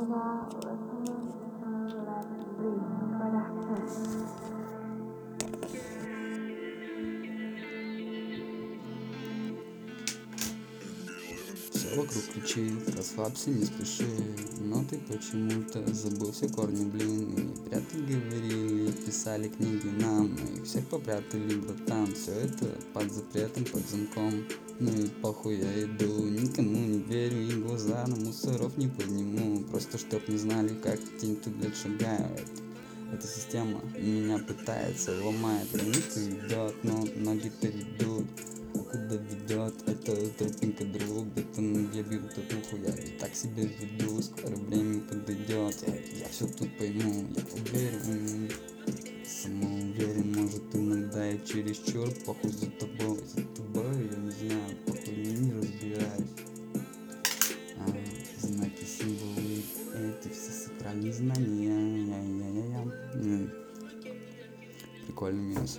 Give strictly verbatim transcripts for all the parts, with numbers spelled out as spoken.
Все вокруг кричит, расслабься, не спеши, но ты почему-то забыл все корни, блин. И прятали, говорили, писали книги нам, но их всех попрятали, братан. Все это под запретом, под замком. Ну и похуй, я иду, никому не верю, и глаза на мусоров не подниму. Просто чтоб не знали, как тень тут, блядь, шагаю. Эта система меня пытается, ломает, границы идет, но ноги-то ведут. А куда ведет эта тропинка, друг? Где-то я бью татуху, я и так себя веду. Скоро время подойдет, я, я все тут пойму, я уверен, самоуверен, может иногда я чересчур. Похуй за тобой, за тобой, я не знаю, похуй я не разбираюсь. А, знаки, символы, эти все сакральные знания. Я-я-я-я. Прикольный минус.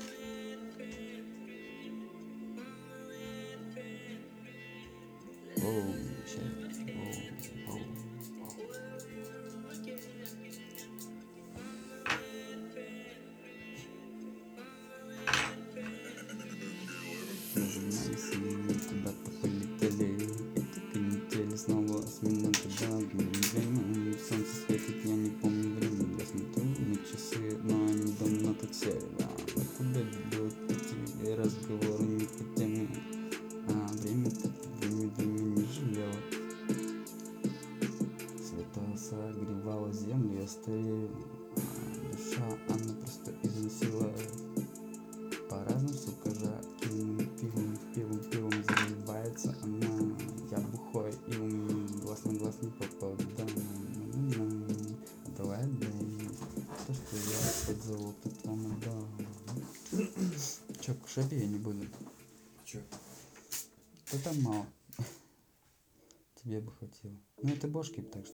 Оу, чек. Оу, оу, оу. Нажимались и куда-то полетели. Эти канители снова с минуты до время. Солнце светит, я не помню время. Я смотрю на часы, но они давно тут сели. Да, куда ведут эти разговоры не по теме. А время-то, время, время не жалело. Света согревала землю, я старею. А душа, она просто износила. По-разному, сука, жарким пивом, пивом, пивом заливается она. Я бухой, и у меня глаз на глаз не попадаю. Давай, дай, то, что я под золото там отдал. Чё, кушать я не буду. Чё? То там мало. Тебе бы хватило. Ну это бошки, так что.